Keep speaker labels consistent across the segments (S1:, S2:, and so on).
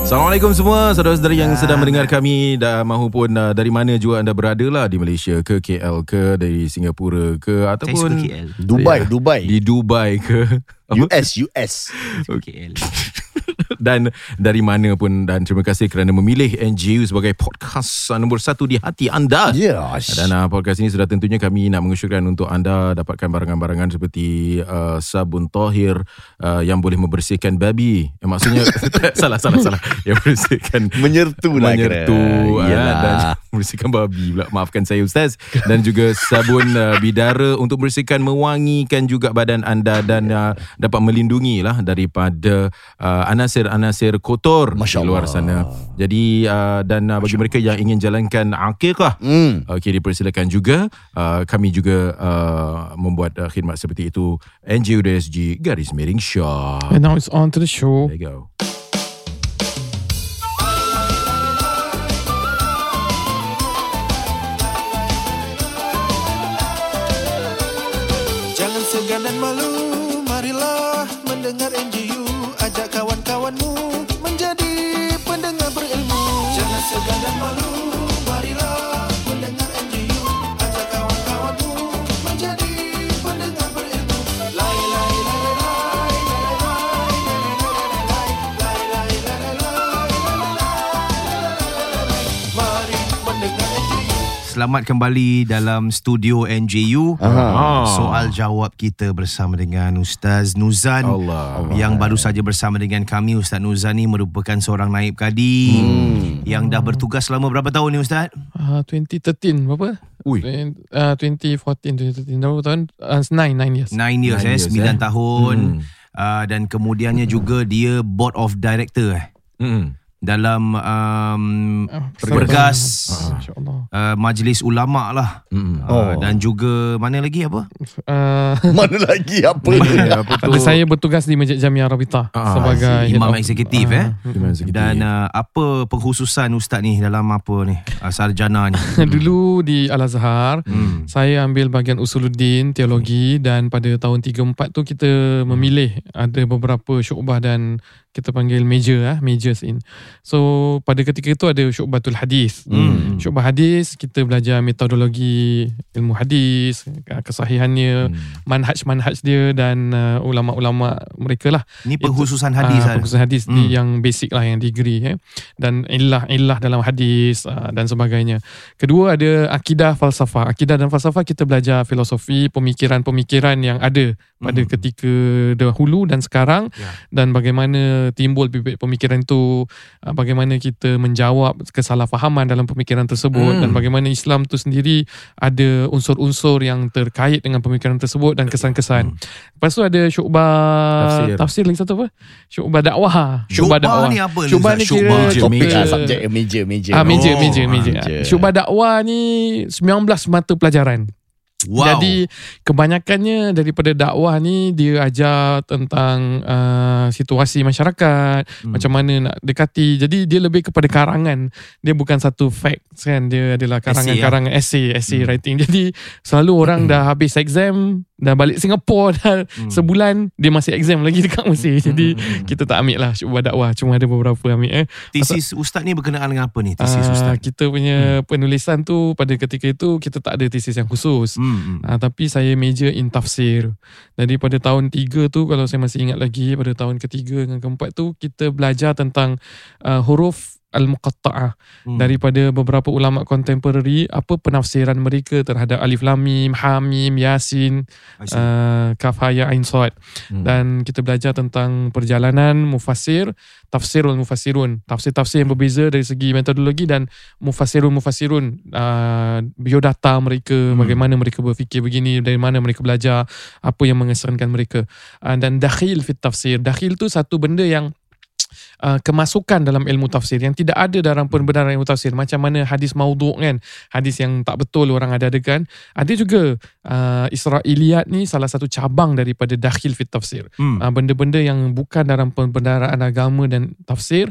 S1: Assalamualaikum semua saudara-saudara yang sedang mendengar kami mahupun dari mana juga anda berada lah, di Malaysia ke, KL ke, dari Singapura ke, ataupun
S2: Dubai
S1: di Dubai ke,
S2: US
S1: KL. Dan dari mana pun, dan terima kasih kerana memilih NGU sebagai podcast nombor 1 di hati anda.
S2: Yes.
S1: Dan podcast ini sudah tentunya kami nak mengusyurkan untuk anda dapatkan barangan-barangan seperti sabun tahir yang boleh membersihkan babi. Maksudnya salah. Yang membersihkan menyertu dan membersihkan babi pula. Maafkan saya Ustaz. Dan juga sabun bidara untuk membersihkan, mewangikan juga badan anda dan dapat melindungi lah daripada anasir-anasir kotor di luar sana. Jadi dan bagi mereka yang ingin jalankan akikah, dipersilakan juga. Kami juga membuat khidmat seperti itu. NGU.SG _Shah.
S3: And now it's on to the show.
S1: There you go.
S4: Jangan segan dan malu, marilah mendengar NGU. Ajak kawan-kawanmu menjadi pendengar berilmu. Jangan segan dan malu, marilah mendengar NGU. Ajak kawan-kawanmu menjadi pendengar berilmu. Lai lai lai lai lai lai lai lai. Mari mendengar NGU.
S5: Selamat kembali dalam studio NGU. Soal jawab kita bersama dengan Ustaz Nuzan. Yang baru saja bersama dengan kami. Ustaz Nuzan ni merupakan seorang naib kadi yang dah bertugas selama berapa tahun ni Ustaz?
S3: 2013 berapa? 2014, 2013 berapa tahun? 9 years.
S5: 9 years, 9 tahun. Dan kemudiannya juga dia board of director dalam bergas majlis ulama lah. Dan juga mana lagi apa?
S2: Mana lagi apa ni?
S3: Saya bertugas di Masjid Jamiah Rabitah sebagai
S5: imam eksekutif Dan apa pengkhususan Ustaz ni dalam apa ni? Sarjana ni.
S3: Dulu di Al-Azhar, saya ambil bahagian Usuluddin, teologi, dan pada tahun 3-4 tu kita memilih ada beberapa syu'bah dan kita panggil majors in. So pada ketika itu ada syu'batul hadis. Syu'bah hadis kita belajar metodologi ilmu hadis, kesahihannya, manhaj dia dan ulama-ulama mereka lah.
S5: Ni pengkhususan hadis
S3: pengkhususan hadis di yang basic lah, yang degree dan illah dalam hadis dan sebagainya. Kedua ada akidah falsafah. Akidah dan falsafah kita belajar filosofi, pemikiran-pemikiran yang ada pada ketika dahulu dan sekarang, dan bagaimana timbul bibit pemikiran itu, bagaimana kita menjawab kesalahfahaman dalam pemikiran tersebut, dan bagaimana Islam tu sendiri ada unsur-unsur yang terkait dengan pemikiran tersebut dan kesan-kesan. Lepas tu ada syu'bah tafsir lagi satu apa? Syu'bah dakwah.
S5: Syu'bah ni apa?
S3: Syu'bah ni kira
S2: topik subjek major.
S3: Major. Syu'bah dakwah ni 19 mata pelajaran.
S5: Wow.
S3: Jadi kebanyakannya daripada dakwah ni dia ajar tentang situasi masyarakat, macam mana nak dekati. Jadi dia lebih kepada karangan. Dia bukan satu facts kan. Dia adalah karangan-karangan essay writing. Jadi selalu orang dah habis exam, dah balik Singapura dah sebulan, dia masih exam lagi dekat Mesir. Jadi kita tak ambil lah syu'bah dakwah. Cuma ada beberapa ambil.
S5: Tesis Ustaz ni berkenaan dengan apa ni? Tesis Ustaz?
S3: Kita punya penulisan tu pada ketika itu kita tak ada tesis yang khusus. Tapi saya major in tafsir. Jadi pada tahun 3 tu, kalau saya masih ingat lagi, pada tahun ketiga dan keempat tu kita belajar tentang huruf al-muqatta'ah daripada beberapa ulama kontemporari, apa penafsiran mereka terhadap alif lam mim, ha mim, yasin, kaf ha ya ain sad. Dan kita belajar tentang perjalanan mufassir, tafsir wal mufassirun, tafsir-tafsir yang berbeza dari segi metodologi, dan mufassirun biodata mereka, bagaimana mereka berfikir begini, dari mana mereka belajar, apa yang mengesankan mereka. Dan dakhil fit tafsir. Dakhil tu satu benda yang kemasukan dalam ilmu tafsir yang tidak ada dalam pembenaran ilmu tafsir. Macam mana hadis maudhu' kan, hadis yang tak betul orang ada-adakan. Ada juga Israiliyat ni salah satu cabang daripada dakhil fit tafsir. Benda-benda yang bukan dalam pembenaran agama dan tafsir,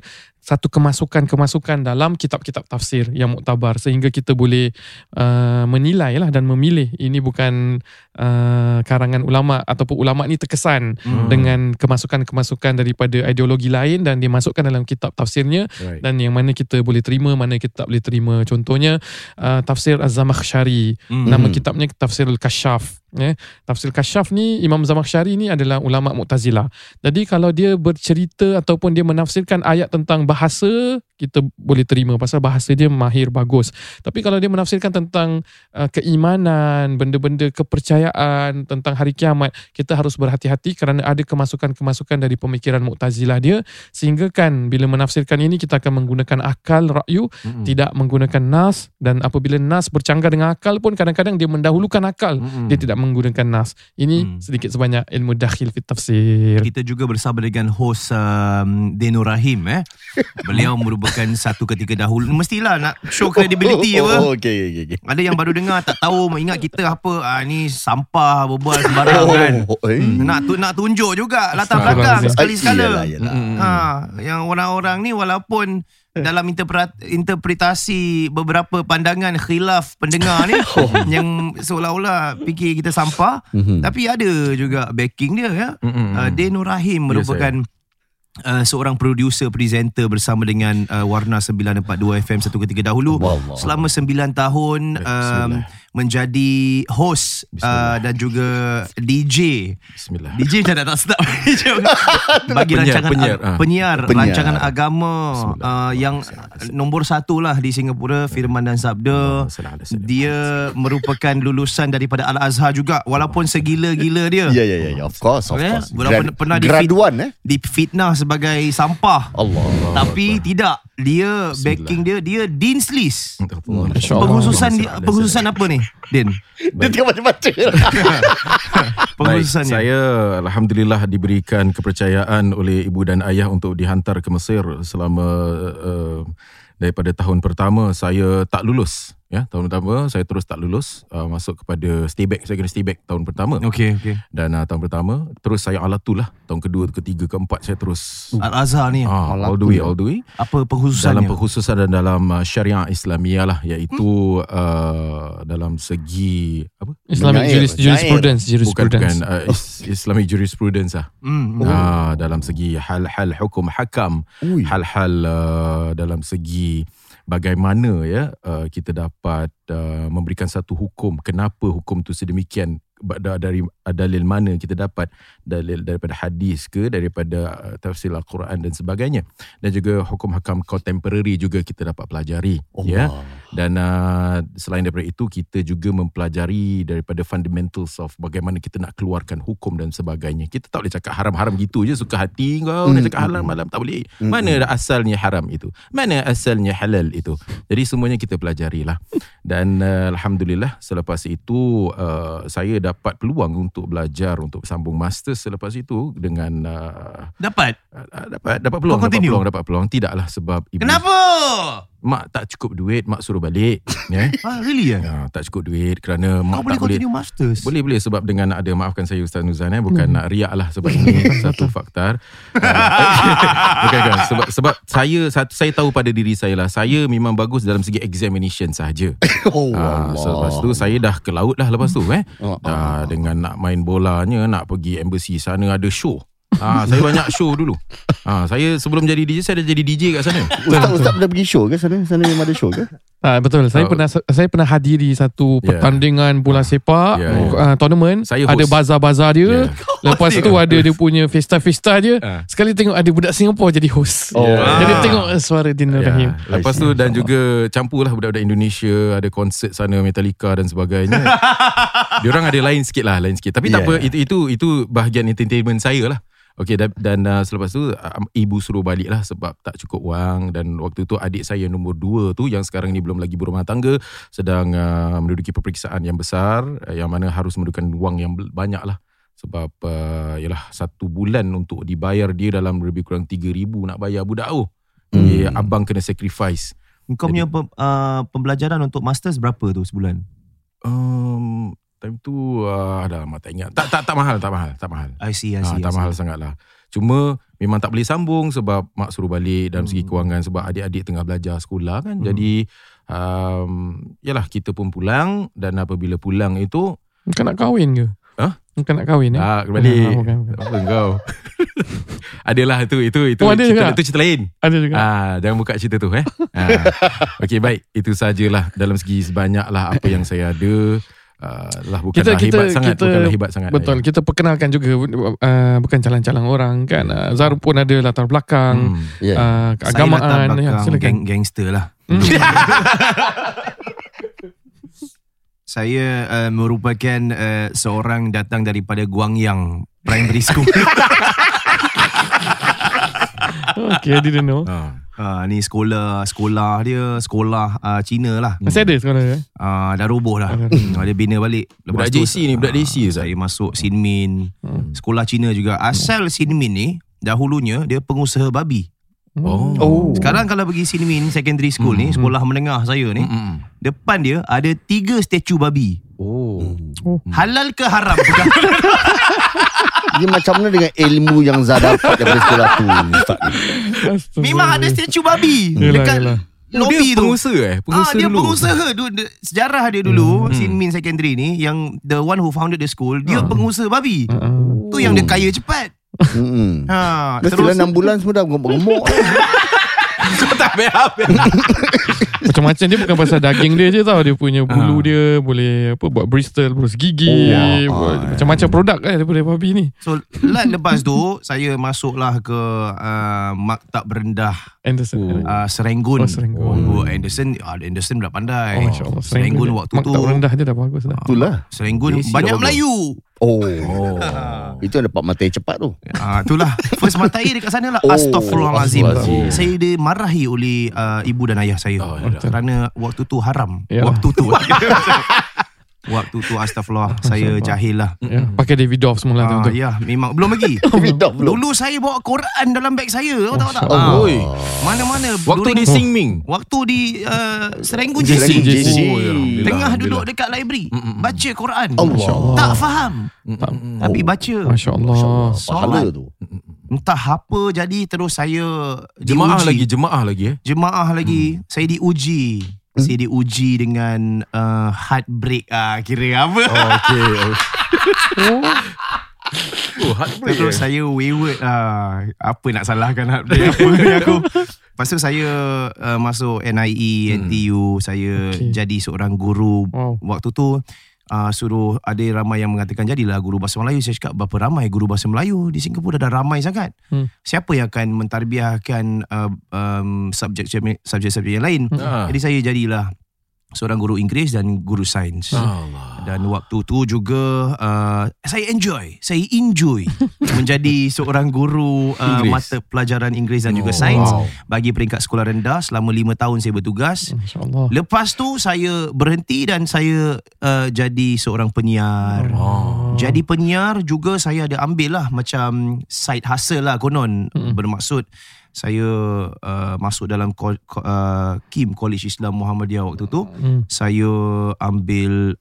S3: satu kemasukan-kemasukan dalam kitab-kitab tafsir yang muktabar sehingga kita boleh menilai lah dan memilih. Ini bukan karangan ulama ataupun ulama ni terkesan dengan kemasukan-kemasukan daripada ideologi lain dan dimasukkan dalam kitab tafsirnya, dan yang mana kita boleh terima, mana kita tak boleh terima. Contohnya tafsir Az-Zamakhsyari, nama kitabnya Tafsir Al-Kasyaf. Tafsir Kasyaf ni, Imam Zamakhsyari ni adalah ulama Mu'tazilah. Jadi kalau dia bercerita ataupun dia menafsirkan ayat tentang bahasa, kita boleh terima pasal bahasa dia mahir, bagus. Tapi kalau dia menafsirkan tentang keimanan, benda-benda kepercayaan tentang hari kiamat, kita harus berhati-hati kerana ada kemasukan-kemasukan dari pemikiran Mu'tazilah dia, sehingga kan bila menafsirkan ini kita akan menggunakan akal, ra'yu, tidak menggunakan nas. Dan apabila nas bercanggah dengan akal pun kadang-kadang dia mendahulukan akal, dia tidak menggunakan nas. Ini sedikit sebanyak ilmu dakhil fit tafsir.
S5: Kita juga bersama dengan host Denur Rahim. Beliau merupakan satu ketika dahulu, mestilah nak show credibility apa.
S2: Okay.
S5: Ada yang baru dengar tak tahu, ingat kita apa, ni sampah berbual sembarang kan. Nak tunjuk juga latar belakang sekali-sekala. Yang orang-orang ni walaupun dalam interpretasi beberapa pandangan khilaf pendengar ni yang seolah-olah fikir kita sampah, tapi ada juga backing dia ya. Denur Rahim merupakan seorang producer presenter bersama dengan Warna 942 FM satu ketika dahulu. Selama 9 tahun menjadi host dan juga DJ.
S1: Bismillah.
S5: DJ dah tak sedap. Bagi penyiar rancangan agama yang nombor 1 lah di Singapura, Firman dan Sabda. Dia merupakan lulusan daripada Al-Azhar juga, walaupun segila-gila dia.
S2: Ya, of course.
S5: Pernah
S2: graduan
S5: difitnah sebagai sampah.
S2: Allah.
S5: Tapi tidak, dia backing dia Dean's List. Pengkhususan apa ni, Din?
S2: Dia tengah baca-baca.
S1: Baik, saya alhamdulillah diberikan kepercayaan oleh ibu dan ayah untuk dihantar ke Mesir selama daripada tahun pertama saya tak lulus. Tahun pertama saya terus tak lulus, masuk kepada stay back. Saya kena stay back tahun pertama.
S5: Okay.
S1: Dan tahun pertama terus saya alatul lah. Tahun kedua, ketiga, keempat saya terus
S5: Al-Azhar ni
S1: all the way.
S5: Apa pengkhususannya?
S1: Dalam pengkhususan dan dalam syariah Islamiah lah, iaitu dalam segi apa?
S3: Islamic jurisprudence.
S1: Bukan Islamic jurisprudence lah. Dalam segi hal-hal hukum hakam, hal-hal dalam segi bagaimana kita dapat memberikan satu hukum, kenapa hukum tu sedemikian, dari dalil mana kita dapat, dalil daripada hadis ke, daripada tafsir Al-Quran dan sebagainya. Dan juga hukum hakam contemporary juga kita dapat pelajari. Dan selain daripada itu, kita juga mempelajari daripada fundamentals of bagaimana kita nak keluarkan hukum dan sebagainya. Kita tak boleh cakap haram-haram gitu je, suka hati kau nak cakap halal malam, tak boleh. Mana asalnya haram itu, mana asalnya halal itu. Jadi semuanya kita pelajari lah. Dan alhamdulillah selepas itu saya dapat peluang untuk belajar, untuk sambung master selepas itu dengan dapat peluang. Tidaklah sebab ibu.
S5: Kenapa?
S1: Mak tak cukup duit, mak suruh balik.
S5: Really
S1: tak cukup duit kerana mak
S5: boleh
S1: tak boleh
S5: continue masters.
S1: Boleh sebab dengan ada, maafkan saya Ustaz Nuzan, bukan nak riak lah, sebab ini satu faktor. Bukan sebab saya tahu pada diri saya lah, saya memang bagus dalam segi examination sahaja. So lepas tu saya dah ke laut lah lepas tu dengan nak main bolanya, nak pergi embassy sana, ada show. Saya banyak show dulu. Saya sebelum jadi DJ, saya dah jadi DJ kat sana.
S2: Ustaz pernah pergi show ke sana? Sana memang ada show ke?
S3: Betul. Saya pernah hadiri satu pertandingan bola sepak, tournament.
S1: Saya
S3: ada bazar-bazar dia. Lepas tu ada dia punya festa-festa dia. Sekali tengok ada budak Singapura jadi host. Jadi tengok suara Denur Rahim.
S1: Lepas tu dan juga campur lah budak-budak Indonesia, ada konsert sana Metallica dan sebagainya. Diorang ada lain sikit. Tapi tak apa, itu bahagian entertainment saya lah. Okey, dan selepas tu ibu suruh balik lah sebab tak cukup wang. Dan waktu tu adik saya nombor 2 tu, yang sekarang ni belum lagi berumah tangga, sedang menduduki peperiksaan yang besar, yang mana harus memerlukan wang yang banyak lah. Sebab yalah, 1 bulan untuk dibayar dia dalam lebih kurang 3,000 nak bayar budak tu. Jadi abang kena sacrifice.
S5: Kau punya pembelajaran untuk masters berapa tu sebulan?
S1: Time tu dah lama tak ingat. Tak mahal.
S5: I see.
S1: Tak mahal sangat lah. Cuma memang tak boleh sambung sebab mak suruh balik dalam segi kewangan sebab adik-adik tengah belajar sekolah kan. Jadi yalah kita pun pulang, dan apabila pulang itu
S3: Bukan nak kahwin ke?
S1: Ha?
S3: Bukan nak kahwin
S1: balik.
S3: Bukan.
S1: Apa kau? Adalah itu
S3: ada juga?
S1: cerita lain.
S3: Ada juga.
S1: Jangan buka cerita tu Okey, baik. Itu sajalah dalam segi sebanyaklah apa yang saya ada. Bukanlah hebat sangat.
S3: Betul. Kita perkenalkan juga bukan calang-calang orang kan. Zar pun ada latar belakang keagamaan.
S5: Silakan. Gangster lah. Saya merupakan seorang datang daripada Guangyang Primary School.
S3: Okay, I didn't know.
S5: Ni sekolah dia sekolah Cina lah.
S3: Masih ada sekolah dia?
S5: Dah roboh dah. Dia bina balik.
S1: Budak JC ni, budak JC
S5: saya masuk Sinmin. Sekolah Cina juga. Asal Sinmin ni dahulunya dia pengusaha babi. Sekarang kalau pergi Sinmin Secondary School ni, sekolah menengah saya ni, depan dia ada 3 statue babi. Halal ke haram?
S2: Dia macam mana dengan ilmu yang Zah dapat daripada sekolah tu?
S5: Memang ada statue babi dekat lobby tu.
S1: Pengusaha
S5: dia
S1: dulu.
S5: pengusaha. Sejarah dia dulu, Sinmin Secondary ni, yang the one who founded the school, dia pengusaha babi. Tu yang dia kaya cepat.
S2: Mestilah 6 bulan semua dah gemuk-gemuk.
S1: Kau tak habis.
S3: Macam-macam dia bukan pasal daging dia je tau. Dia punya bulu dia boleh buat Bristol, berus gigi, macam-macam produk kan daripada babi ni.
S5: So lepas tu saya masuklah ke Maktab Rendah
S3: Anderson.
S5: Serenggun.
S3: Serenggun.
S5: Anderson dah pandai.
S3: Masya Allah.
S5: Serenggun waktu tu.
S3: Maktab Rendah dia dah bagus dah.
S2: Itulah.
S5: Serenggun banyak Melayu.
S2: Itu yang dapat matai cepat tu.
S5: Itulah first matai dekat sana lah. Astaghfirullahalazim. Saya dimarahi oleh ibu dan ayah saya kerana waktu tu haram. Waktu tu astagfirullah, saya jahil lah.
S3: Pakai Davidoff semula tu.
S5: Ya, memang belum lagi. Dulu saya bawa Quran dalam beg saya. Tahu tak? Mana-mana.
S1: Waktu di Singming.
S5: Waktu di Serenggun
S2: JC.
S5: Tengah duduk dekat library, baca Quran. Tak faham, tapi baca.
S3: Masya Allah.
S2: Pahala tu.
S5: Entah apa jadi, terus saya
S1: Jemaah
S5: diuji. Jemaah lagi. Saya diuji. Saya diuji dengan heartbreak. Kira apa? Heartbreak. Terus saya wayward. Apa nak salahkan heartbreak apa ni aku. Lepas tu saya masuk NIE, NTU. Saya jadi seorang guru. Waktu tu suruh, ada ramai yang mengatakan jadilah guru bahasa Melayu. Saya cakap, berapa ramai guru bahasa Melayu di Singapura? Dah ramai sangat. Siapa yang akan mentarbiahkan subjek-subjek yang lain? Jadi saya jadilah seorang guru Inggeris dan guru sains. Dan waktu tu juga saya enjoy menjadi seorang guru mata pelajaran Inggeris dan juga sains bagi peringkat sekolah rendah selama 5 tahun saya bertugas. Lepas tu saya berhenti dan saya jadi seorang penyiar. Jadi penyiar juga saya ada ambil lah macam side hustle lah konon. Bermaksud saya masuk dalam KIM, College Islam Muhammadiyah waktu tu. Saya ambil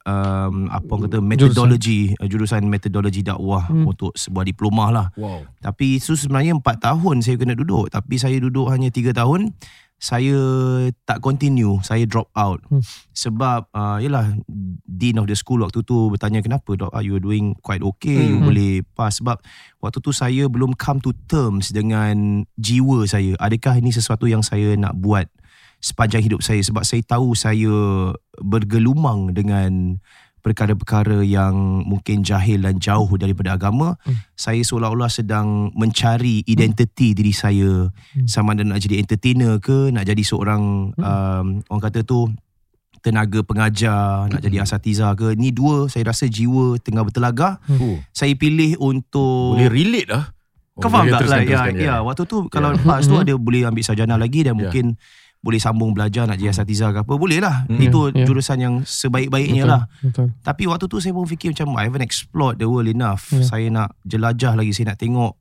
S5: metodologi, jurusan metodologi dakwah untuk sebuah diploma lah. Tapi itu sebenarnya 4 tahun saya kena duduk. Tapi saya duduk hanya 3 tahun. Saya tak continue, saya drop out. Sebab yelah, dean of the school waktu tu bertanya, kenapa Dok, you doing quite okay, you boleh pass. Sebab waktu tu saya belum come to terms dengan jiwa saya. Adakah ini sesuatu yang saya nak buat sepanjang hidup saya? Sebab saya tahu saya bergelumang dengan perkara-perkara yang mungkin jahil dan jauh daripada agama. Saya seolah-olah sedang mencari identiti diri saya. Sama ada nak jadi entertainer ke, nak jadi seorang orang kata tu tenaga pengajar, nak jadi asatiza ke. Ni dua saya rasa jiwa tengah bertelagah. Saya pilih untuk
S1: boleh relate lah.
S5: Kau faham tak lah? Ya, waktu tu kalau lepas tu ada boleh ambil sarjana lagi dan mungkin boleh sambung belajar nak jadi asatiza ke apa, boleh lah. Itu jurusan yang sebaik-baiknya lah. Tapi waktu tu saya pun fikir macam, I haven't explored the world enough. Saya nak jelajah lagi, saya nak tengok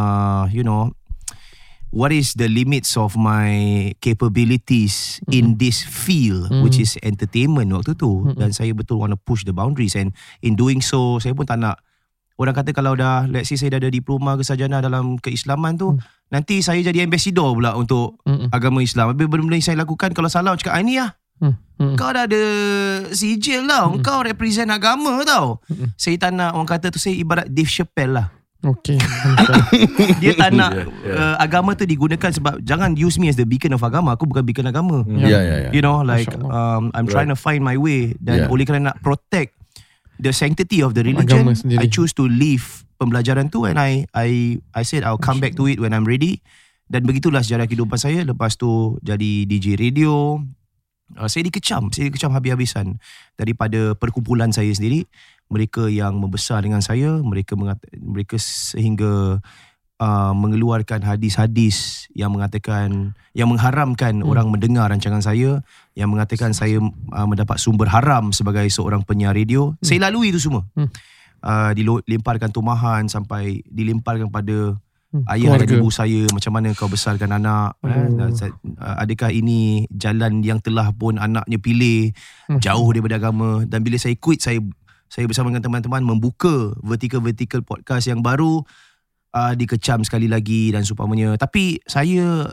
S5: what is the limits of my capabilities in this field, which is entertainment waktu tu. Dan saya betul want to push the boundaries, and in doing so saya pun tak nak orang kata kalau dah, let's say saya dah ada diploma ke sarjana dalam keislaman tu, nanti saya jadi ambassador pula untuk agama Islam. Habis benda-benda yang saya lakukan, kalau salah cakap, ini lah, kau dah ada sijil tau, kau represent agama tau. Saya tak nak, orang kata tu, saya ibarat Dave Chappelle lah.
S3: Okay.
S5: Dia tak nak agama tu digunakan sebab jangan use me as the beacon of agama. Aku bukan beacon agama. You know, like I'm trying to find my way. Dan oleh kerana nak protect the sanctity of the religion, I choose to leave pembelajaran tu, and I said I'll come back to it when I'm ready. Dan begitulah sejarah kehidupan saya. Lepas tu jadi DJ radio. Saya dikecam habis-habisan daripada perkumpulan saya sendiri. Mereka yang membesar dengan saya, mereka sehingga mengeluarkan hadis-hadis yang mengatakan, yang mengharamkan orang mendengar rancangan saya, yang mengatakan saya mendapat sumber haram sebagai seorang penyiar radio. Saya lalui itu semua. Dilemparkan tumahan sampai dilemparkan pada ayah dan ibu saya, macam mana kau besarkan anak, adakah ini jalan yang telah pun anaknya pilih jauh daripada agama. Dan bila saya quit, saya bersama dengan teman-teman membuka vertical podcast yang baru, dikecam sekali lagi dan seumpamanya. Tapi saya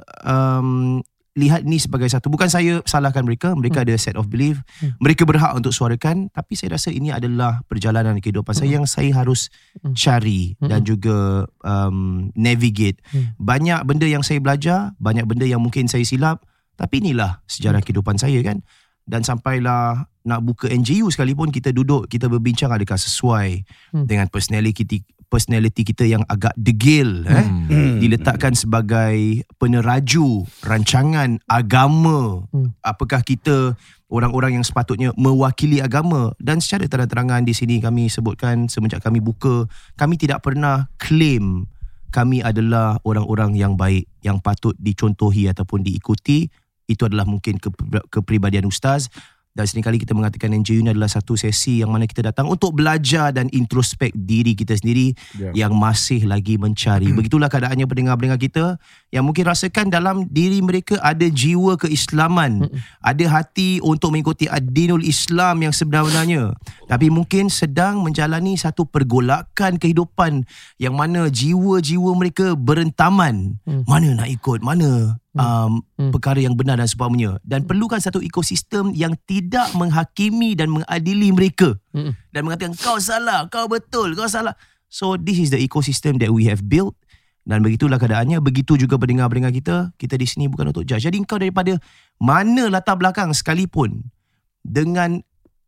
S5: lihat ni sebagai satu, bukan saya salahkan mereka ada set of belief, mereka berhak untuk suarakan, tapi saya rasa ini adalah perjalanan kehidupan saya yang saya harus cari dan juga navigate. Banyak benda yang saya belajar, banyak benda yang mungkin saya silap, tapi inilah sejarah kehidupan saya kan. Dan sampailah nak buka NJU sekalipun, kita duduk, kita berbincang adakah sesuai dengan personality kita yang agak degil, diletakkan sebagai peneraju rancangan agama. Apakah kita orang-orang yang sepatutnya mewakili agama? Dan secara terang-terangan di sini kami sebutkan, semenjak kami buka, kami tidak pernah claim kami adalah orang-orang yang baik, yang patut dicontohi ataupun diikuti. Itu adalah mungkin kepribadian Ustaz. Dan seringkali kita mengatakan NJU ini adalah satu sesi yang mana kita datang untuk belajar dan introspek diri kita sendiri yang masih lagi mencari. Begitulah keadaannya pendengar-pendengar kita yang mungkin rasakan dalam diri mereka ada jiwa keislaman, ada hati untuk mengikuti ad-dinul Islam yang sebenarnya, tapi mungkin sedang menjalani satu pergolakan kehidupan yang mana jiwa-jiwa mereka berentaman. Mana nak ikut, mana perkara yang benar dan sebagainya. Dan perlukan satu ekosistem yang tidak menghakimi dan mengadili mereka dan mengatakan kau salah, kau betul, kau salah. So this is the ecosystem that we have built. Dan begitulah keadaannya. Begitu juga pendengar-pendengar kita. Kita di sini bukan untuk judge. Jadi kau daripada mana latar belakang sekalipun, dengan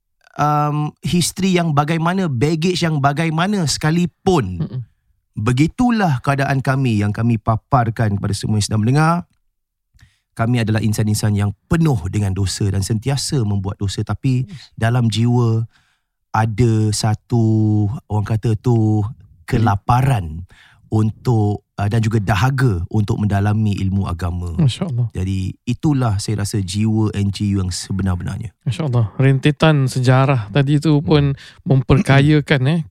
S5: history yang bagaimana, baggage yang bagaimana sekalipun, begitulah keadaan kami yang kami paparkan kepada semua yang sedang mendengar. Kami adalah insan-insan yang penuh dengan dosa dan sentiasa membuat dosa, tapi dalam jiwa ada satu, orang kata tu, kelaparan untuk dan juga dahaga untuk mendalami ilmu agama. Masya-Allah. Jadi itulah saya rasa jiwa NJU yang sebenar-benarnya.
S3: Masya-Allah. Rentetan sejarah tadi tu pun memperkayakan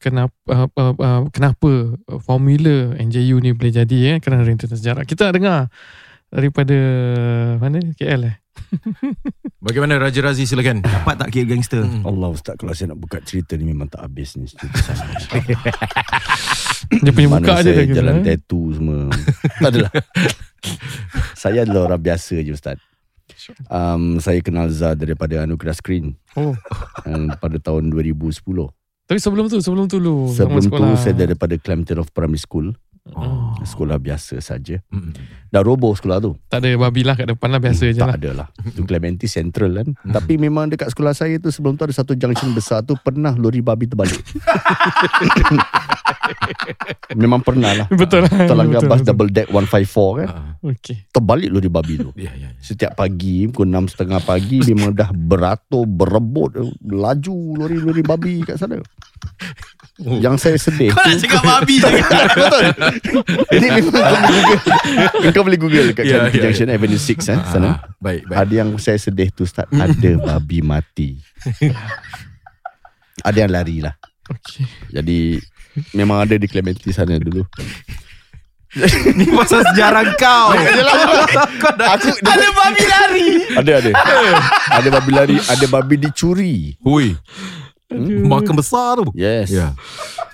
S3: kenapa formula NJU ni boleh jadi kerana rentetan sejarah. Kita dengar daripada mana? KL
S1: Bagaimana Raja Razi, silakan.
S5: Dapat tak KL Gangster?
S2: Allah Ustaz, kalau saya nak buka cerita ni memang tak habis ni cerita saya.
S3: Dia punya buka aja
S2: dah jalan tattoo semua. Tak adalah. Saya adalah orang biasa je Ustaz. Saya kenal Zah daripada Anugerah Screen. Pada tahun 2010.
S3: Tapi sebelum tu
S2: Sebelum tu saya daripada Clemton of Primary School. Sekolah biasa saja. Dah roboh sekolah tu.
S3: Tak ada babi lah kat depan lah, biasa je lah.
S2: Tak ada lah. Itu Clementi Central kan. Tapi memang dekat sekolah saya tu, sebelum tu ada satu junction besar tu, pernah lori babi terbalik. Memang pernah lah.
S3: Betul lah.
S2: Terlanggar bus double deck 154 kan. Terbalik lori babi tu. Setiap pagi pukul 6:30 pagi memang dah beratur, berebut, laju lori-lori babi kat sana. Yang saya sedih.
S5: Kau nak cakap babi je.
S2: Betul. Ini memang kau boleh Google kat Clementi Junction Avenue 6 sana.
S1: Baik.
S2: Ada yang saya sedih tu Ustaz, ada babi mati. Ada yang lari lah. Jadi memang ada di Clementi sana dulu.
S5: Ni pasal sejarah kau. Ada babi lari.
S2: Ada. Ada babi lari, ada babi dicuri.
S1: Hui. Makan besar tu.
S2: Yes.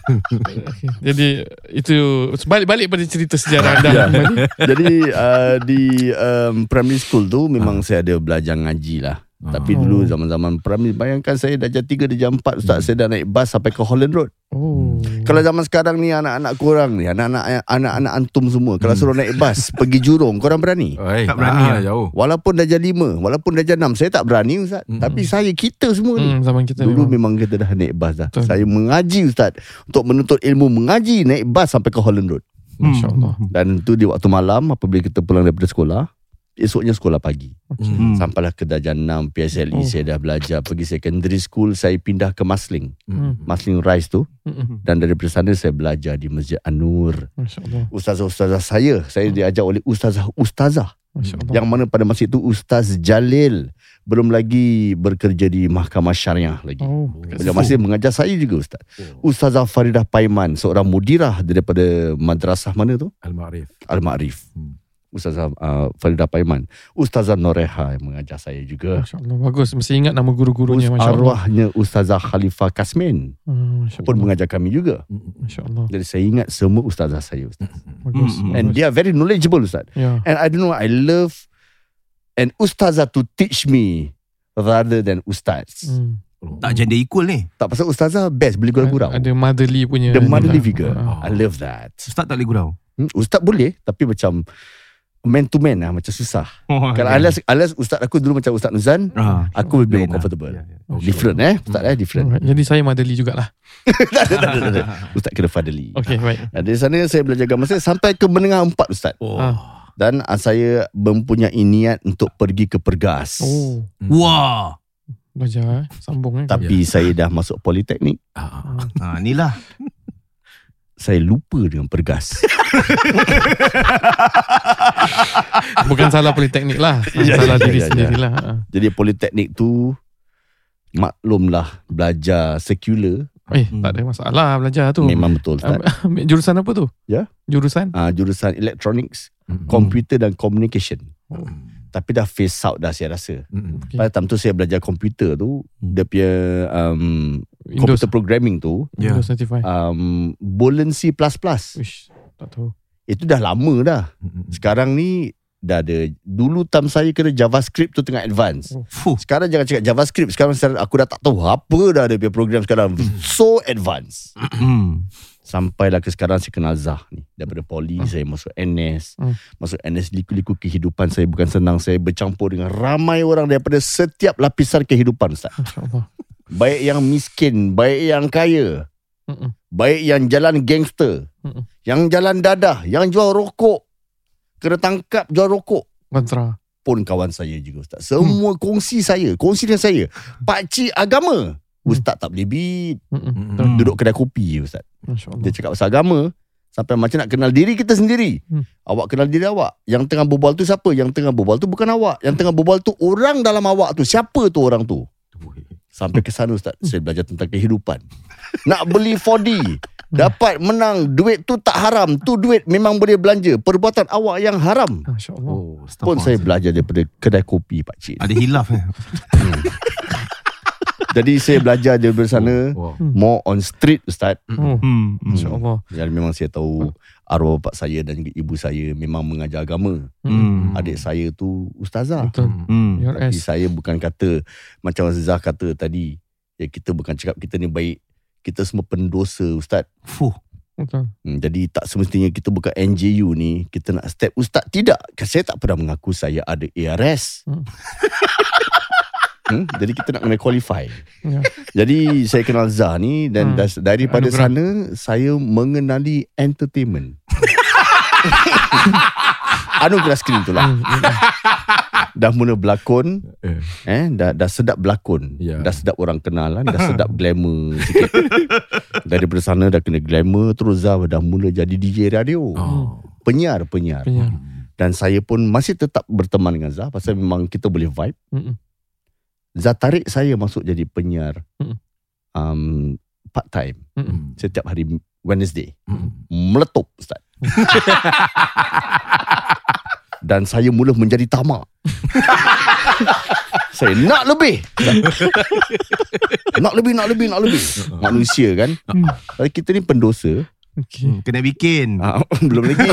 S3: Jadi itu balik pada cerita sejarah anda.
S2: Jadi di primary school tu memang saya ada belajar ngaji lah. Tapi dulu zaman-zaman primary, bayangkan saya darjah 3, darjah 4 Ustaz, saya dah naik bas sampai ke Holland Road. Kalau zaman sekarang ni anak-anak korang ni, anak-anak antum semua, kalau suruh naik bas pergi Jurong, korang berani?
S5: Tak berani lah,
S1: jauh.
S2: Walaupun darjah 5, walaupun darjah 6, saya tak berani Ustaz. Tapi kita semua ni
S3: zaman kita
S2: dulu memang kita dah naik bas dah. Saya mengaji Ustaz, untuk menuntut ilmu mengaji, naik bas sampai ke Holland Road.
S3: Masya-Allah.
S2: Dan tu di waktu malam apabila kita pulang daripada sekolah, esoknya sekolah pagi. Sampailah ke darjah 6 PSLE, saya dah belajar. Pergi secondary school, saya pindah ke Masling. Masling Rise tu. Dan daripada sana saya belajar di Masjid An-Nur. Ustazah-ustazah saya diajar oleh ustazah-ustazah. Yang mana pada masa itu Ustaz Jalil belum lagi bekerja di Mahkamah Syariah lagi. Beliau masih mengajar saya juga Ustaz. Ustazah Faridah Paiman, seorang mudirah daripada madrasah mana tu? Al-Ma'rif. Ustazah Faridah Paiman. Ustazah Noreha yang mengajar saya juga.
S3: Masya Allah, bagus. Mesti ingat nama guru-gurunya.
S2: Arwahnya Ustazah Khalifah Kasmin pun mengajar kami juga.
S3: Masya Allah.
S2: Jadi saya ingat semua ustazah saya Ustaz.
S3: Bagus.
S2: And they are very knowledgeable Ustaz. And I don't know, I love an ustazah to teach me rather than ustaz.
S5: Tak gender equal ni.
S2: Tak, pasal ustazah best boleh gurau-gurau.
S3: Ada motherly punya.
S2: The motherly figure. I love that.
S5: Ustaz tak boleh gurau?
S2: Ustaz boleh, tapi macam man to man lah, macam susah. Kalau alias ustaz aku dulu macam Ustaz Nuzan, aku lebih more comfortable. Different Ustaz different.
S3: Jadi saya motherly jugalah.
S2: tak. Ustaz kena fatherly.
S3: Okay, baik.
S2: Dari sana saya belajar agama sampai ke menengah 4 Ustaz. Dan saya mempunyai niat untuk pergi ke Pergas.
S5: Wah.
S3: Belajar sambung
S2: Tapi saya dah masuk politeknik.
S5: Inilah.
S2: Saya lupa dengan Pergas.
S3: Bukan salah politeknik lah, salah diri sendirilah.
S2: Jadi politeknik tu maklumlah belajar sekular.
S3: Tak ada masalah belajar tu.
S2: Memang betul Ustaz.
S3: Jurusan apa tu? Jurusan?
S2: Jurusan electronics, computer dan communication. Tapi dah phase out dah saya rasa. Pada time tu saya belajar komputer tu, dia punya computer programming tu,
S3: Windows 95.
S2: Bolen C++.
S3: Uish, tak tahu.
S2: Itu dah lama dah. Sekarang ni dah ada. Dulu time saya kena JavaScript tu tengah advance. Sekarang jangan cakap JavaScript. Sekarang aku dah tak tahu apa dah ada punya program sekarang. So advance. Sampailah ke sekarang saya kenal Zah ni. Daripada Poli saya masuk NS. Masuk NS, liku-liku kehidupan saya bukan senang. Saya bercampur dengan ramai orang daripada setiap lapisan kehidupan Ustaz. Baik yang miskin, baik yang kaya, baik yang jalan gangster, yang jalan dadah, yang jual rokok, kena tangkap jual rokok,
S3: Kontra
S2: pun kawan saya juga Ustaz. Semua kongsi dengan saya. Pakcik agama, Ustaz tak boleh beat. Duduk kedai kopi Ustaz. Dia cakap pasal agama, sampai macam nak kenal diri kita sendiri. Awak kenal diri awak. Yang tengah berbual tu siapa? Yang tengah berbual tu bukan awak. Yang tengah berbual tu orang dalam awak tu. Siapa tu orang tu? Sampai ke sana Ustaz, saya belajar tentang kehidupan. Nak beli 4D, dapat menang, duit tu tak haram. Tu duit memang boleh belanja. Perbuatan awak yang haram.
S3: Masya Allah.
S2: Pun saya belajar daripada kedai kopi pakcik.
S5: Ada hilaf
S2: Jadi saya belajar daripada sana more on street Ustaz.
S3: Masya Allah.
S2: Yang memang saya tahu arwah bapak saya dan juga ibu saya memang mengajar agama. Adik saya tu ustazah. Tapi saya bukan kata macam Zah kata tadi, kita bukan cakap kita ni baik. Kita semua pendosa Ustaz. Jadi tak semestinya kita bukan NJU ni kita nak step Ustaz. Tidak. Saya tak pernah mengaku saya ada ARS. Jadi kita nak kena qualify. Jadi saya kenal Zah ni. Dan daripada sana saya mengenali entertainment. Anugerah skrin tu lah. Dah mula berlakon, dah sedap berlakon, dah sedap orang kenalan, dah sedap glamour sikit. Daripada sana dah kena glamour. Terus Zah dah mula jadi DJ radio, penyiar. Dan saya pun masih tetap berteman dengan Zah, pasal memang kita boleh vibe. Zah tarik saya masuk jadi penyiar part time setiap hari Wednesday. Meletup Ustaz. Dan saya mula menjadi tamak. Saya nak lebih. Nak lebih. Manusia kan. Kita ni pendosa.
S5: Kena bikin.
S2: Belum lagi.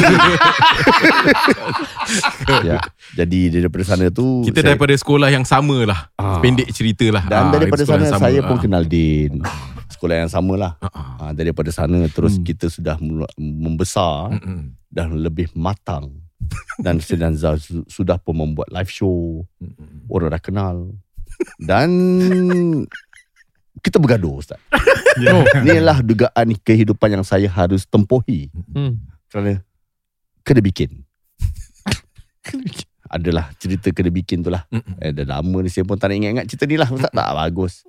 S2: Ya. Jadi daripada sana tu
S1: kita daripada sekolah yang sama lah. Pendek cerita lah.
S2: Dan daripada sana saya pun kenal Din. Sekolah yang sama lah. Daripada sana terus kita sudah membesar dan lebih matang. Dan Sedanza sudah pun membuat live show. Orang dah kenal. Dan kita bergaduh, Ustaz. Inilah dugaan kehidupan yang saya harus tempuhi. Kerana kena bikin. Adalah cerita kena bikin tu lah. Dah lama ni saya pun tak nak ingat-ingat cerita ni lah. Ustaz, tak bagus.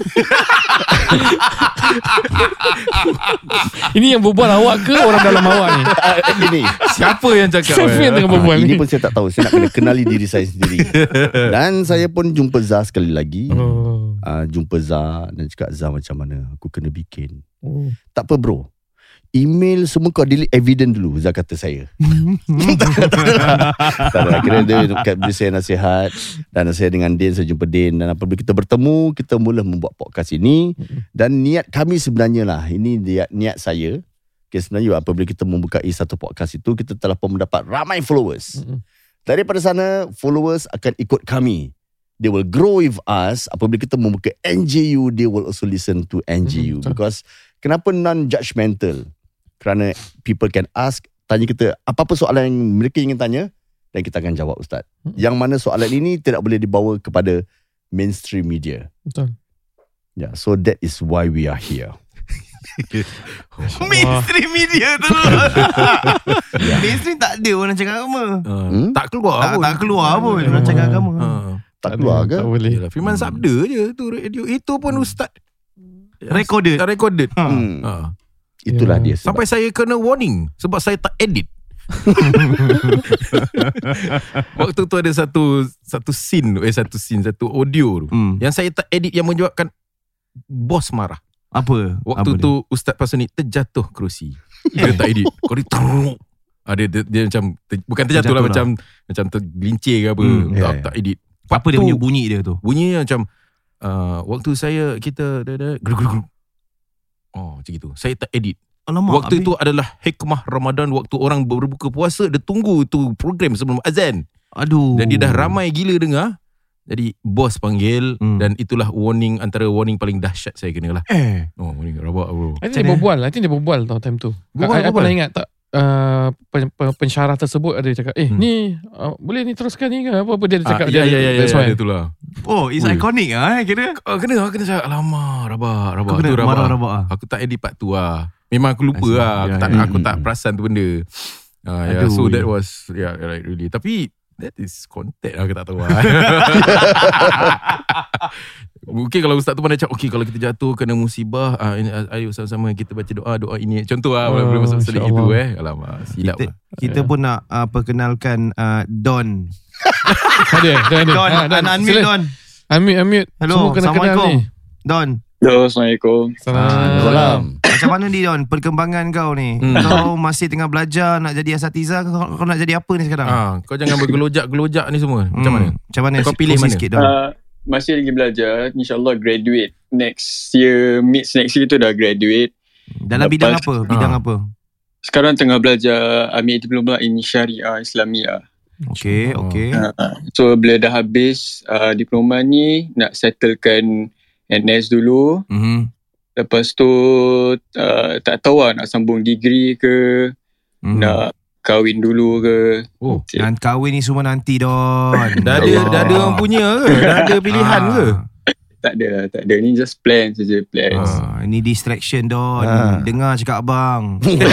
S3: Ini yang berbual awak ke orang dalam awak ni?
S2: Ini
S1: siapa yang cakap?
S3: Siapa yang tengah berbual ni?
S2: Ini pun saya tak tahu. Saya nak kena kenali diri saya sendiri. Dan saya pun jumpa Zah sekali lagi. Jumpa Zah dan cakap, Zah macam mana? Aku kena bikin. Tak apa bro, email semua kau delete evidence dulu, Zah kata saya. Akhirnya dia beri saya nasihat. Dan saya dengan Din, saya jumpa Din. Dan apabila kita bertemu, kita mula membuat podcast ini. Dan niat kami sebenarnya lah, ini niat saya. Sebenarnya apabila kita membukai satu podcast itu, kita telah pun mendapat ramai followers. Daripada sana, followers akan ikut kami. They will grow with us. Apabila kita membuka NJU, they will also listen to NJU. Because kenapa non-judgmental? Kerana people can ask, tanya kita apa-apa soalan yang mereka ingin tanya, dan kita akan jawab, Ustaz. Yang mana soalan ini tidak boleh dibawa kepada mainstream media.
S3: Betul.
S2: Yeah, so that is why we are here.
S5: Mainstream media tu. Mainstream tak ada orang cakap agama.
S1: Tak keluar pun.
S5: Tak keluar pun orang cakap agama.
S2: Tak keluar ke?
S3: Tak boleh.
S1: Firman Sabda je tu radio. Itu pun Ustaz
S5: Recorded.
S2: Itulah dia sebab.
S1: Sampai saya kena warning sebab saya tak edit. Waktu tu ada satu scene, satu audio tu yang saya tak edit, yang menyebabkan bos marah.
S5: Apa?
S1: Waktu tu Ustaz Pasuni terjatuh kerusi. Dia tak edit. Kau teruk. Dia macam bukan terjatuh lah, macam tergelincir ke apa. Tak edit.
S5: Apa dia punya bunyi dia tu?
S1: Bunyinya macam waktu kita geruk. Oh, macam gitu. Saya tak edit.
S5: Alamak,
S1: waktu itu adalah hikmah Ramadan, waktu orang berbuka puasa, dia tunggu tu program sebelum azan.
S5: Aduh.
S1: Jadi dah ramai gila dengar. Jadi bos panggil dan itulah warning, antara warning paling dahsyat saya kena lah. Oh, warning rabak bro.
S3: I think dia berbual tau time tu. I pernah ingat tak pensyarah tersebut ada cakap ni boleh ni teruskan ni ke apa dia cakap.
S1: Ya itulah.
S5: Oh, it's iconic kira.
S1: Kena cakap alamak rabak tu rabak. Aku tak edit part tu lah. Memang aku lupa lah. Aku tak perasan tu benda. So that was right, really. Tapi that is content lah, aku tak tahu lah. Mungkin kalau Ustaz tu pernah cakap, okay, kalau kita jatuh kena musibah, ayo sama-sama kita baca doa ini. Contoh lah, boleh masuk selit gitu. Alamak, silap lah.
S5: Kita pun nak perkenalkan Don.
S3: Don,
S5: unmute Don.
S3: Unmute.
S5: Hello, Assalamualaikum Don.
S6: Hello, Assalamualaikum.
S2: Salam.
S5: Macam mana ni Don, perkembangan kau ni? Kau masih tengah belajar nak jadi asatiza, kau nak jadi apa ni sekarang?
S1: Kau jangan bergelojak-gelojak ni semua. Macam mana?
S5: Macam mana?
S1: Kau pilih mana?
S5: Sikit, Don.
S6: Masih lagi belajar. InsyaAllah graduate next year, next year tu dah graduate.
S5: Dalam bidang apa? Sekarang
S6: tengah belajar ambil diploma in Syariah Islamiyah.
S5: Okay.
S6: So bila dah habis diploma ni, nak settlekan NS dulu. Lepas tu tak tahu lah nak sambung degree ke, nak kahwin dulu ke.
S5: Dan kahwin ni semua nanti Don.
S1: Dah ada orang punya ke? Dah ada pilihan ke?
S6: Tak ada. Ni just plan saja, plans.
S5: Ini distraction Don. Dengar cakap abang.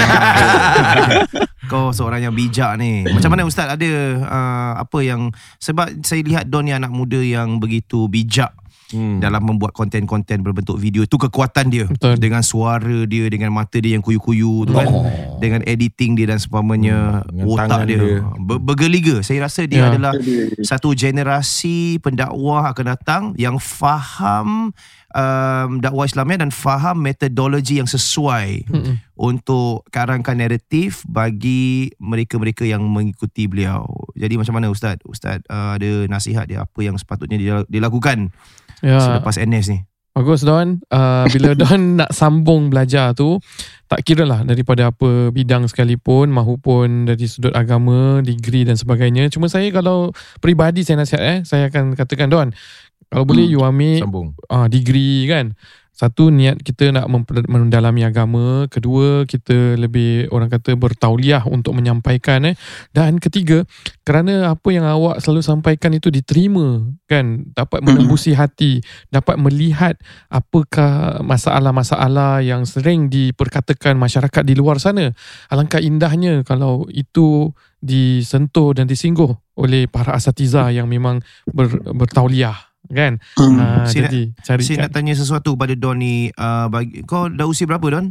S5: Kau seorang yang bijak ni. Macam mana Ustaz, ada apa yang, sebab saya lihat Don ni anak muda yang begitu bijak dalam membuat konten-konten berbentuk video. Itu kekuatan dia. Betul. Dengan suara dia, dengan mata dia yang kuyu-kuyu tu kan, dengan editing dia dan seumpamanya, otak dia bergeliga. Saya rasa dia adalah satu generasi pendakwah akan datang yang faham dakwah Islamiyah dan faham metodologi yang sesuai untuk karangkan naratif bagi mereka-mereka yang mengikuti beliau. Jadi macam mana Ustaz? Ustaz ada nasihat dia apa yang sepatutnya dia lakukan selepas NS ni?
S3: Bagus Don. Bila Don nak sambung belajar tu, tak kira lah daripada apa bidang sekalipun, mahupun dari sudut agama, degree dan sebagainya. Cuma saya kalau peribadi saya nasihat saya akan katakan Don, kalau boleh you ambil degree kan. Satu, niat kita nak mendalami agama. Kedua, kita lebih orang kata bertauliah untuk menyampaikan. Dan ketiga, kerana apa yang awak selalu sampaikan itu diterima kan, dapat menembusi hati, dapat melihat apakah masalah-masalah yang sering diperkatakan masyarakat di luar sana. Alangkah indahnya kalau itu disentuh dan disinggung oleh para asatiza yang memang bertauliah kan. Jadi
S5: saya nak tanya sesuatu pada Don ni. Kau dah usia berapa Don?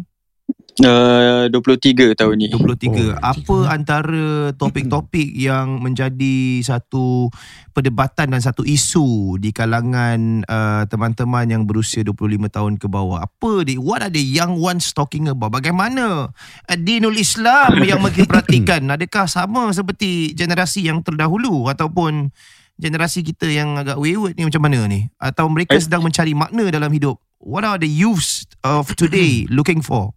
S6: 23 tahun ni.
S5: 23. Apa antara topik-topik yang menjadi satu perdebatan dan satu isu di kalangan teman-teman yang berusia 25 tahun ke bawah? What are the young ones talking about? Bagaimana dinul Islam yang mereka perhatikan? Adakah sama seperti generasi yang terdahulu ataupun generasi kita yang agak wayward ni macam mana ni? Atau mereka sedang mencari makna dalam hidup? What are the youths of today looking for?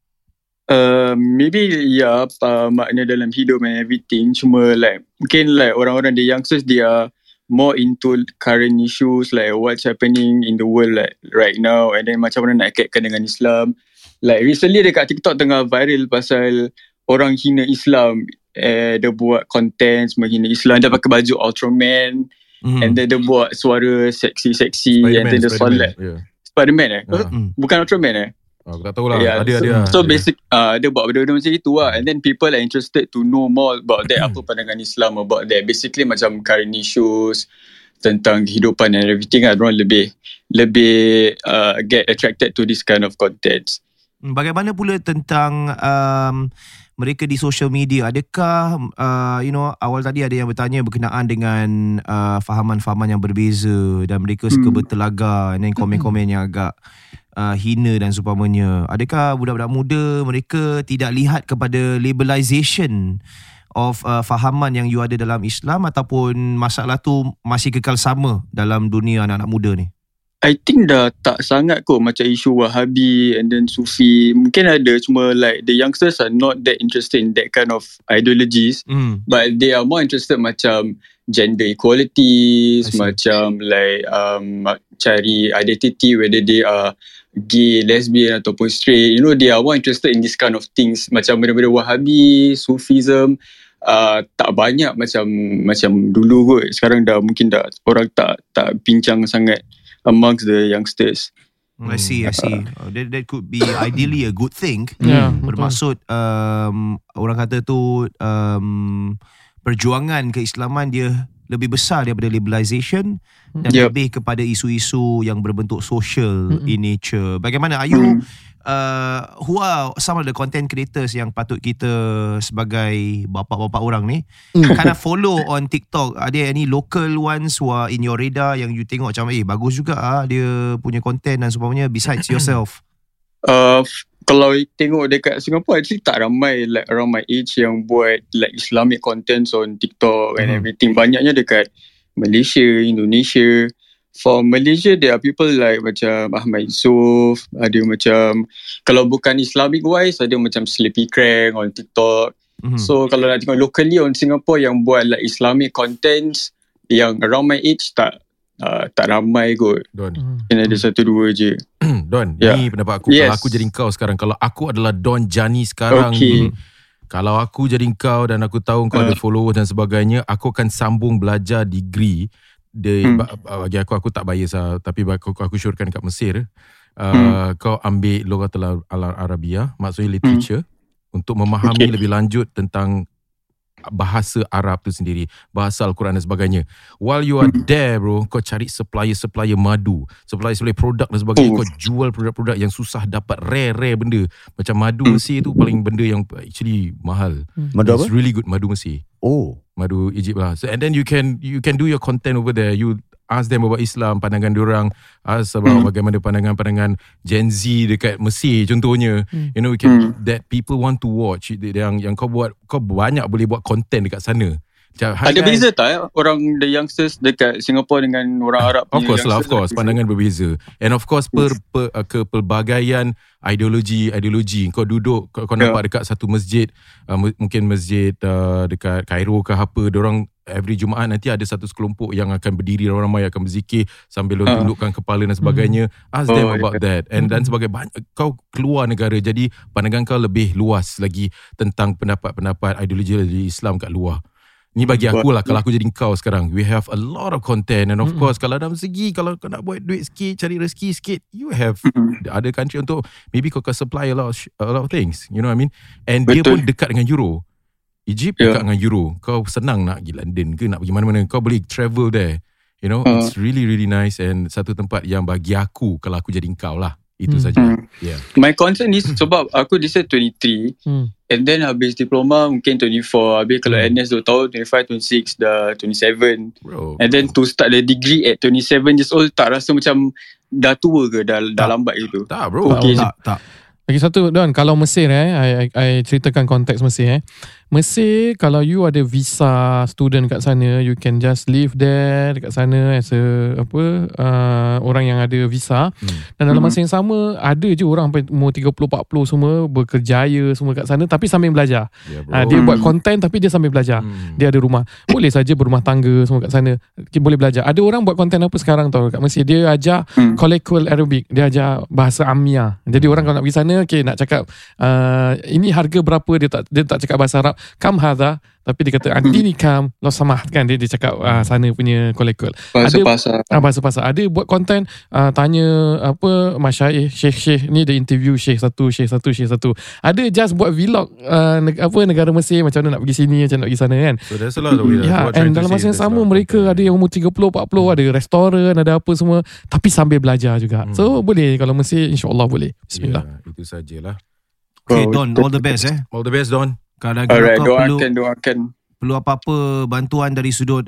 S6: Maybe makna dalam hidup and everything. Cuma mungkin orang-orang the youngsters, they are more into current issues like what's happening in the world right now, and then macam mana nak kaitkan dengan Islam. Recently dekat TikTok tengah viral pasal orang hina Islam. Dia buat content menghina Islam. Dia pakai baju Ultraman, and then dia buat suara seksi-seksi, and then dia solat Spiderman bukan Ultraman
S1: aku tak tahulah. Ada.
S6: So basic dia buat benda-benda macam itu and then people are interested to know more about that. Apa pandangan Islam about that, basically macam current issues tentang kehidupan and everything. Orang lebih get attracted to this kind of contents.
S5: Bagaimana pula tentang mereka di social media? Adakah awal tadi ada yang bertanya berkenaan dengan fahaman-fahaman yang berbeza dan mereka suka bertelaga dan komen-komen yang agak hina dan seumpamanya. Adakah budak-budak muda mereka tidak lihat kepada labelization of fahaman yang you ada dalam Islam, ataupun masalah tu masih kekal sama dalam dunia anak-anak muda ni?
S6: I think dah tak sangat kot macam isu Wahabi and then Sufi. Mungkin ada, cuma the youngsters are not that interested in that kind of ideologies. But they are more interested macam gender equalities, macam cari identity, whether they are gay, lesbian ataupun straight. They are more interested in this kind of things. Macam benda-benda Wahabi, Sufism, tak banyak macam dulu kot. Sekarang dah mungkin dah orang tak bincang sangat amongst the youngsters.
S5: I see. That could be ideally a good thing. Bermaksud orang kata tu perjuangan keislaman dia lebih besar daripada labelization dan lebih kepada isu-isu yang berbentuk social in nature. Bagaimana you who are some of the content creators yang patut kita sebagai bapa-bapa orang ni kind of follow on TikTok? Are there any local ones who are in your radar yang you tengok macam bagus juga dia punya content dan sebagainya besides yourself?
S6: Kalau tengok dekat Singapore, actually tak ramai around my age yang buat Islamic contents on TikTok and everything. Banyaknya dekat Malaysia, Indonesia. For Malaysia, there are people macam Ahmad Yusof, ada macam, kalau bukan Islamic wise, ada macam Sleepy Crank on TikTok. So kalau nak tengok locally on Singapore yang buat Islamic contents yang around my age, tak ramai kot. Don, ada 1-2 je.
S1: Don, ni pendapat aku. Kalau aku jadi kau sekarang, kalau aku adalah Don Jani sekarang ni, kalau aku jadi kau dan aku tahu kau ada followers dan sebagainya, aku akan sambung belajar degree. Bagi aku tak bias tapi aku syorkan kat Mesir. Kau ambil Lughatul Arabiah, maksudnya literature, untuk memahami lebih lanjut tentang bahasa Arab tu sendiri, bahasa Al-Quran dan sebagainya. While you are there bro, kau cari supplier madu, supplier produk dan sebagainya. Kau jual produk-produk yang susah dapat, rare benda. Macam madu Mesir tu paling benda yang actually mahal.
S2: Madu apa?
S1: It's really good, madu Mesir. Madu Egypt lah. So, and then you can do your content over there. You ask them about Islam, pandangan diorang, ask about bagaimana pandangan-pandangan Gen Z dekat Mesir contohnya. You know, we can, that people want to watch. Yang kau buat, kau banyak boleh buat content dekat sana.
S6: Ada beza tak orang the youngsters dekat Singapore dengan orang Arab?
S1: Of course lah, of course. Pandangan berbeza. And of course kepelbagaian ideologi. Kau duduk, kau nampak dekat satu masjid, mungkin masjid dekat Cairo ke apa, diorang every Jumaat nanti ada satu sekelompok yang akan berdiri ramai akan berzikir sambil tundukkan kepala dan sebagainya. Ask them about that. And dan sebagai kau keluar negara, jadi pandangan kau lebih luas lagi tentang pendapat-pendapat ideologi Islam kat luar. Ni bagi aku lah, kalau aku jadi kau sekarang, we have a lot of content. And of course, kalau dalam segi, kalau kau nak buat duit sikit, cari rezeki sikit, you have the other country untuk, maybe kau can supply a lot of things. You know what I mean? And dia pun dekat dengan Euro. Egypt dekat dengan Euro. Kau senang nak pergi London ke, nak pergi mana-mana, kau boleh travel there. You know, it's really, really nice. And satu tempat yang bagi aku, kalau aku jadi kau lah, itu saja.
S6: My concern is sebab aku this year 23 and then habis diploma mungkin 24, habis kalau NS 2 tahun 25, 26 dah 27. Bro, and then to start the degree at 27 years old, tak rasa macam dah tua ke, dah lambat gitu?
S1: Tak bro,
S3: tak. Lagi satu Don, kalau Mesir I ceritakan konteks Mesir Mesir, kalau you ada visa student kat sana, you can just live there dekat sana as a orang yang ada visa. Dan dalam masa yang sama, ada je orang sampai umur 30-40 semua berkerjaya semua kat sana tapi sambil belajar. Dia buat content tapi dia sambil belajar. Dia ada rumah, boleh saja berumah tangga semua kat sana, boleh belajar. Ada orang buat content apa sekarang tau kat Mesir, dia ajar colloquial Arabic, dia ajar bahasa Amia. Jadi orang kalau nak pergi sana, nak cakap ini harga berapa, dia tak cakap bahasa Arab, kam hadha, tapi dia kata antini kam lo samah, kan dia cakap sana punya colloquial. Bahasa pasar. Ada buat konten tanya apa masyaikh, syekh ni, dia interview syekh satu. Ada just buat vlog negara Mesir, macam mana nak pergi sini, macam nak pergi sana kan.
S1: So that's a lot of
S3: and dalam masa yang sama mereka ada yang umur 30-40, ada restoran, ada apa semua, tapi sambil belajar juga. So boleh kalau Mesir, insyaAllah boleh. Bismillah.
S1: Itu sajalah.
S5: Okay Don, all the best
S1: All the best Don.
S5: Kalau
S6: doakan.
S5: Perlu apa-apa bantuan dari sudut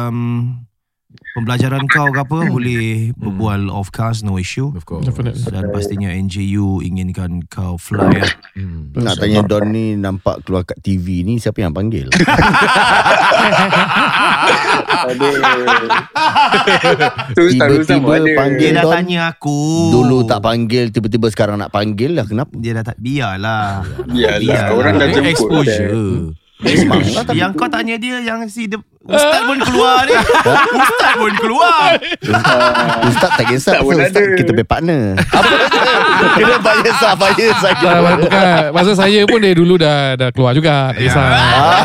S5: pembelajaran kau ke apa, boleh berbual off cast, no issue.
S1: Of course.
S5: Dan pastinya NJU inginkan kau fly.
S2: Nak tanya Don ni, nampak keluar kat TV ni, siapa yang panggil? Tiba-tiba panggil
S5: dia dah
S2: Don.
S5: Tanya aku.
S2: Dulu tak panggil, tiba-tiba sekarang nak panggil lah. Kenapa?
S5: Dia dah tak, biarlah.
S6: Orang dah jemput
S1: exposure.
S5: Yang kau tanya dia, yang si Ustaz pun keluar ni. Ustaz pun keluar.
S2: Ustaz tak kisah, Ustaz kita be partner. Apa kena bayar sah.
S3: Bukan, masa saya pun dari dulu dah keluar juga, tak kisah.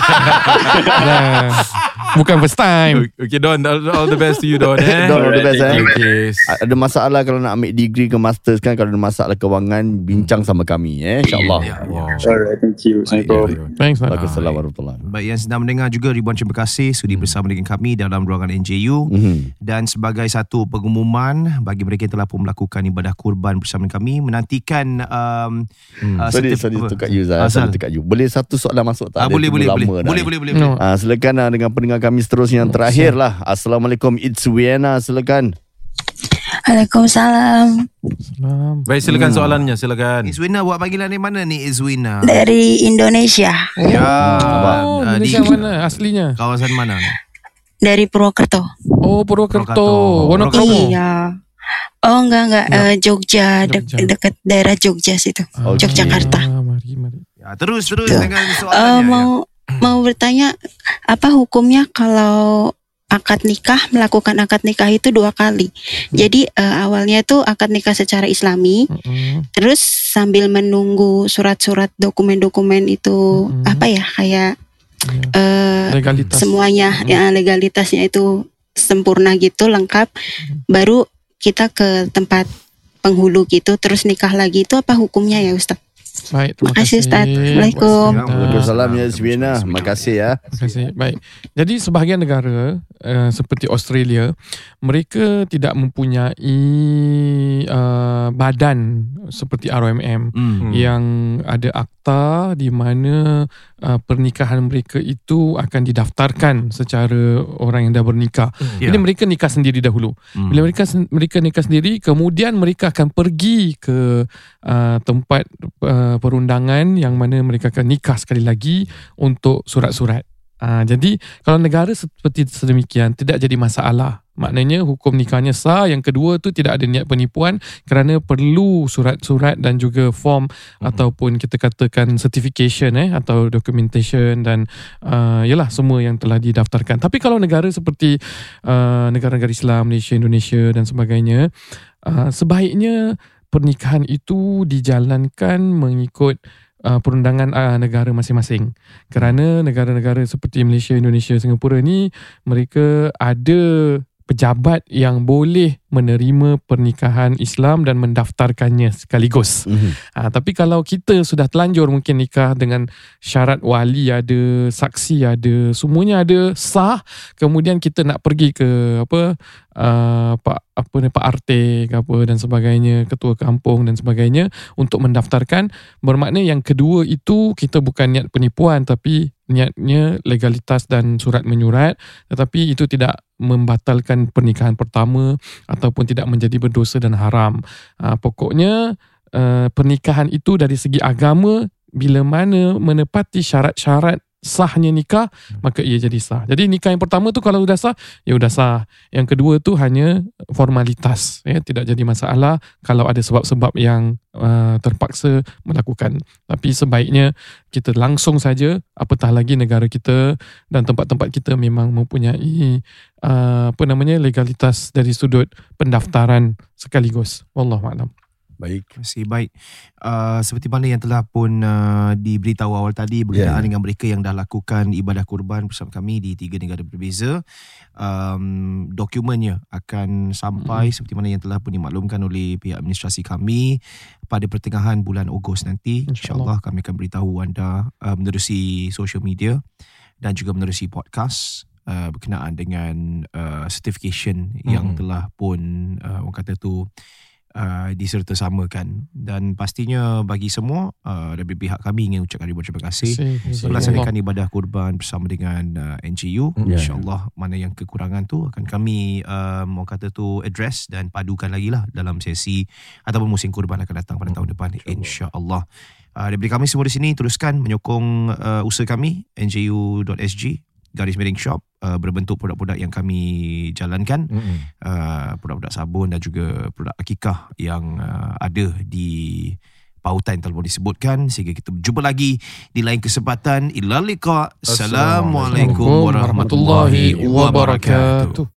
S3: Bukan first time.
S1: Okay Don, all the best to you Don.
S2: Don, all the best
S1: Okay.
S2: Ada masalah kalau nak ambil degree ke masters kan, kalau ada masalah kewangan, bincang sama kami InsyaAllah.
S6: Alright, thank you.
S3: Thanks man.
S2: Assalamualaikum.
S5: Baik, yang sedang mendengar juga, ribuan terima kasih sudi bersama dengan kami dalam ruangan NJU. Dan sebagai satu pengumuman bagi mereka yang telah pun melakukan ibadah kurban bersama kami, menantikan
S2: sorry tukar you Zah. Boleh satu soalan masuk tak?
S5: Boleh.
S2: Silakan dengan pendengar kami seterusnya yang terakhir lah. Assalamualaikum, it's Wiena, silakan.
S7: Waalaikumsalam.
S1: Baik, silakan soalannya, silakan.
S5: Izwina, buat panggilan dari mana ni Izwina?
S7: Dari Indonesia.
S3: Indonesia mana aslinya?
S5: Kawasan mana?
S7: Dari Purwokerto.
S3: Oh, Purwokerto. Wonokromo.
S7: Iya. Oh enggak. Jogja, dekat daerah Jogja situ. Yogyakarta.
S3: Mari.
S5: Ya, terus dengan soalannya.
S7: Mau bertanya, apa hukumnya kalau melakukan akad nikah itu 2 kali. Jadi awalnya itu akad nikah secara Islami, terus sambil menunggu surat-surat dokumen-dokumen itu kayak legalitas. Semuanya legalitasnya itu sempurna gitu, lengkap, baru kita ke tempat penghulu gitu, terus nikah lagi, itu apa hukumnya ya Ustaz?
S3: Baik,
S7: terima kasih Ustaz. Waalaikumsalam.
S2: Waalaikumsalam ya Zwina. Terima kasih ya.
S3: Terima kasih. Baik. Jadi sebahagian negara seperti Australia, mereka tidak mempunyai badan seperti ROMM yang ada akta di mana pernikahan mereka itu akan didaftarkan secara orang yang dah bernikah. Jadi mereka nikah sendiri dahulu. Bila mereka nikah sendiri, kemudian mereka akan pergi ke tempat perundangan yang mana mereka akan nikah sekali lagi untuk surat-surat. Jadi kalau negara seperti sedemikian tidak jadi masalah. Maknanya hukum nikahnya sah. Yang kedua tu tidak ada niat penipuan kerana perlu surat-surat dan juga form ataupun kita katakan certification atau documentation dan yalah semua yang telah didaftarkan. Tapi kalau negara seperti negara-negara Islam, Malaysia, Indonesia dan sebagainya, sebaiknya pernikahan itu dijalankan mengikut perundangan negara masing-masing. Kerana negara-negara seperti Malaysia, Indonesia, Singapura ni mereka ada pejabat yang boleh menerima pernikahan Islam dan mendaftarkannya sekaligus. Tapi kalau kita sudah telanjur mungkin nikah dengan syarat wali ada, saksi ada, semuanya ada, sah, kemudian kita nak pergi ke Pak RT ke apa dan sebagainya, ketua kampung dan sebagainya untuk mendaftarkan, bermakna yang kedua itu kita bukan niat penipuan tapi niatnya legalitas dan surat menyurat, tetapi itu tidak membatalkan pernikahan pertama ataupun tidak menjadi berdosa dan haram. Pokoknya pernikahan itu dari segi agama bila mana menepati syarat-syarat sahnya nikah, maka ia jadi sah. Jadi nikah yang pertama tu kalau sudah sah, ya sudah sah. Yang kedua tu hanya formalitas, tidak jadi masalah kalau ada sebab-sebab yang terpaksa melakukan. Tapi sebaiknya kita langsung saja, apatah lagi negara kita dan tempat-tempat kita memang mempunyai legalitas dari sudut pendaftaran sekaligus. Wallahualam.
S5: Baik. Terima kasih. Baik. Seperti mana yang telah pun diberitahu awal tadi berkenaan dengan mereka yang dah lakukan ibadah kurban bersama kami di 3 negara berbeza, dokumennya akan sampai seperti mana yang telah pun dimaklumkan oleh pihak administrasi kami pada pertengahan bulan Ogos nanti. InsyaAllah kami akan beritahu anda menerusi social media dan juga menerusi podcast berkenaan dengan certification yang telah pun orang kata tu disertasamakan. Dan pastinya bagi semua dari pihak kami ingin ucapkan ribuan terima kasih melaksanakan ibadah kurban bersama dengan NGU. InsyaAllah mana yang kekurangan tu akan kami orang kata tu address dan padukan lagi lah dalam sesi ataupun musim kurban akan datang pada tahun depan, InsyaAllah. Daripada kami semua di sini, teruskan menyokong usaha kami NGU.SG /shop, berbentuk produk-produk yang kami jalankan, produk-produk sabun dan juga produk akikah yang ada di pautan yang telah disebutkan. Sehingga kita berjumpa lagi di lain kesempatan. Ila liqa. Assalamualaikum warahmatullahi wabarakatuh.